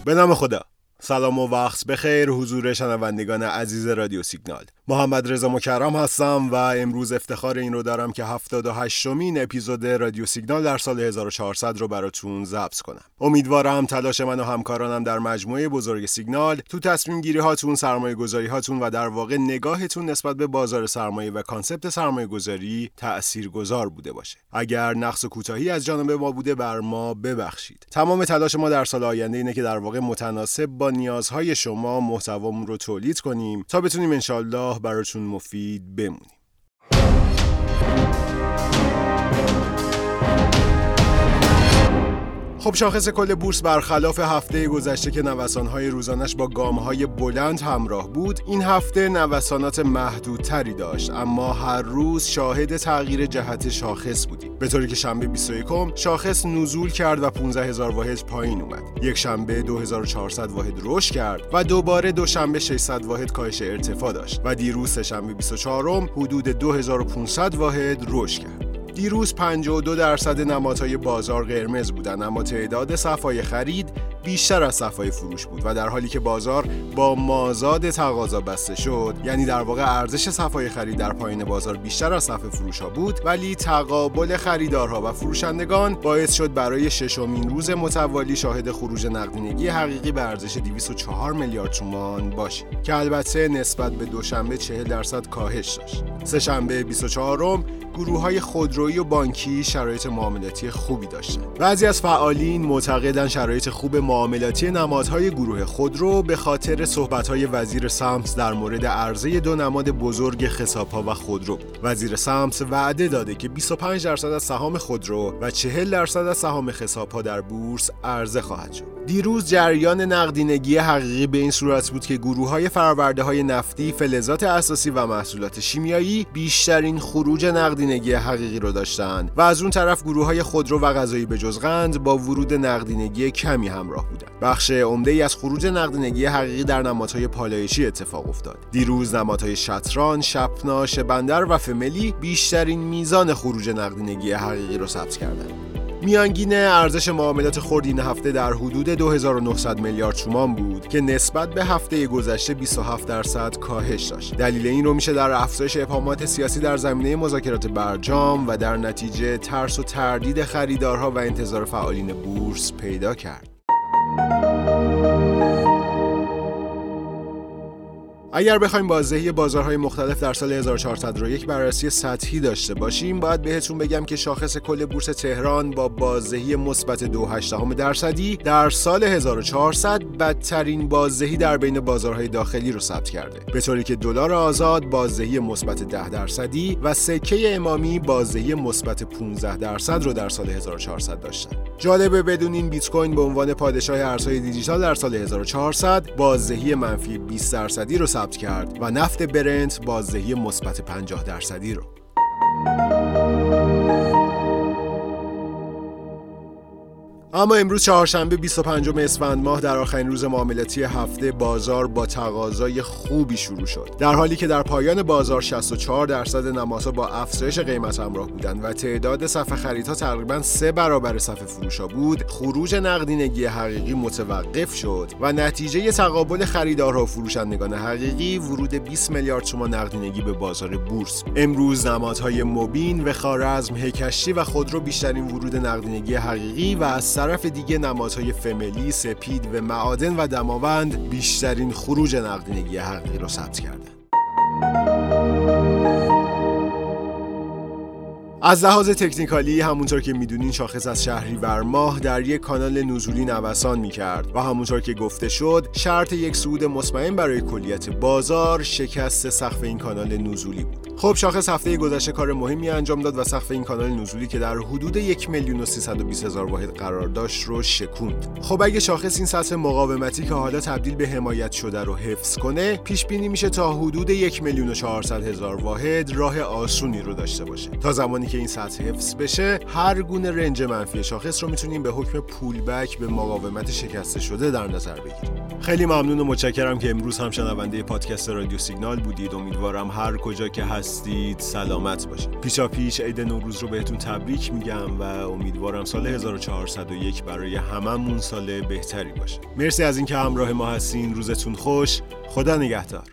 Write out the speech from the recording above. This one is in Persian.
به نام خدا. سلام و وقت بخیر حضور شنوندگان عزیز رادیو سیگنال. محمد رضا مکرم هستم و امروز افتخار این رو دارم که 78مین اپیزود رادیو سیگنال در سال 1400 رو براتون ضبط کنم. امیدوارم تلاش من و همکارانم در مجموعه بزرگ سیگنال تو تصمیم گیری هاتون، سرمایه گذاری هاتون و در واقع نگاهتون نسبت به بازار سرمایه و کانسپت سرمایه گذاری تأثیرگذار بوده باشه. اگر نقص و کوتاهی از جانب ما بوده بر ما ببخشید. تمام تلاش ما در سال آینده اینه که در واقع متناسب با نیازهای شما محتوامون رو تولید کنیم تا بتونیم انشالله براتون مفید بمونیم. خب شاخص کل بورس برخلاف هفته گذشته که نوسان‌های روزانش با گام‌های بلند همراه بود، این هفته نوسانات محدودتری داشت، اما هر روز شاهد تغییر جهت شاخص بودیم. به طوری که شنبه 21 شاخص نزول کرد و 15000 واحد پایین اومد. یک شنبه 2400 واحد رشد کرد و دوباره دوشنبه 600 واحد کاهش ارتفاع داشت و دیروز سه‌شنبه 24 حدود 2500 واحد رشد کرد. دیروز 52% نمادهای بازار قرمز بودند، اما تعداد صفای خرید بیشتر از صفای فروش بود و در حالی که بازار با مازاد تقاضا بسته شد، یعنی در واقع ارزش صفای خرید در پایین بازار بیشتر از صف فروش‌ها بود، ولی تقابل خریدارها و فروشندگان باعث شد برای ششمین روز متوالی شاهد خروج نقدینگی حقیقی به ارزش 204 میلیارد تومان باشیم که البته نسبت به دوشنبه 40% کاهش داشت. سه‌شنبه 24 گروه‌های خودرویی و بانکی شرایط معاملاتی خوبی داشتند. بعضی از فعالین معتقدند شرایط خوب معاملاتی نمادهای گروه خودرو به خاطر صحبت‌های وزیر سمت در مورد عرضه دو نماد بزرگ خساب‌ها و خودرو. وزیر سمت وعده داده که 25% از سهام خودرو و 40% از سهام خساب‌ها در بورس عرضه خواهد شد. دیروز جریان نقدینگی حقیقی به این صورت بود که گروه‌های فرورده‌های نفتی، فلزات اساسی و محصولات شیمیایی بیشترین خروج نقدینگی حقیقی رو داشتند و از اون طرف گروه‌های خودرو و غذایی به جز قند با ورود نقدینگی کمی همراه بودند. بخش عمده‌ای از خروج نقدینگی حقیقی در نمادهای پالایشی اتفاق افتاد. دیروز نمادهای شتران، شپنا، شبندر و فملی بیشترین میزان خروج نقدینگی حقیقی رو ثبت کردند. میانگین ارزش معاملات خرد این هفته در حدود 2900 میلیارد تومان بود که نسبت به هفته گذشته 27% کاهش داشت. دلیل این رو میشه در افزایش ابهامات سیاسی در زمینه مذاکرات برجام و در نتیجه ترس و تردید خریدارها و انتظار فعالین بورس پیدا کرد. اگر بخوایم بازدهی بازارهای مختلف در سال 1400 رو یک بررسی سطحی داشته باشیم، باید بهتون بگم که شاخص کل بورس تهران با بازدهی مثبت 2.8% در سال 1400 بدترین بازدهی در بین بازارهای داخلی رو ثبت کرده، به طوری که دلار آزاد بازدهی مثبت 10% و سکه امامی بازدهی مثبت 15% رو در سال 1400 داشتن. جالبه بدونین بیت کوین به عنوان پادشاه ارزهای دیجیتال در سال 1400 بازدهی منفی 20% رو ثبت کرد و نفت برنت بازدهی مثبت 50% رو. اما امروز چهارشنبه 25 اسفند ماه در آخرین روز معاملاتی هفته بازار با تقاضای خوبی شروع شد. در حالی که در پایان بازار 64% نمادها با افزایش قیمت همراه بودند و تعداد صف خریدها تقریباً 3 برابر صف فروشها بود، خروج نقدینگی حقیقی متوقف شد و نتیجه تقابل خریدارها و فروشندگان حقیقی ورود 20 میلیارد تومان نقدینگی به بازار بورس. امروز نمادهای مبین، وخارزم، هیکشتی و خودرو بیشترین ورود نقدینگی حقیقی و از طرف دیگه نمادهای فملی، سپید و معادن و دماوند بیشترین خروج نقدینگی حقیقی رو ثبت کردند. از لحاظ تکنیکالی همونطور که میدونین شاخص از شهریور ماه در یک کانال نزولی نوسان میکرد و همونطور که گفته شد شرط یک صعود مطمئن برای کلیت بازار شکست سقف این کانال نزولی بود. خب شاخص هفته گذشته کار مهمی انجام داد و سقف این کانال نزولی که در حدود 1,320,000 واحد قرار داشت رو شکوند. خب اگه شاخص این سطح مقاومتی که حالا تبدیل به حمایت شده رو حفظ کنه، پیش بینی میشه تا حدود 1,400,000 واحد راه آسونی رو داشته باشه. تا زمانی که این سطح حفظ بشه، هر گونه رنج منفی شاخص رو میتونیم به حکم پول بک به مقاومت شکسته شده در نظر بگیریم. خیلی ممنون و متشکرم که امروز هم شنونده پادکست رادیو سیگنال بودید. امیدوارم هر کجا که هستید سلامت باشید. پیشا پیش عید نوروز رو بهتون تبریک میگم و امیدوارم سال 1401 برای هممون سال بهتری باشه. مرسی از اینکه همراه ما هستین. روزتون خوش. خدا نگهدار.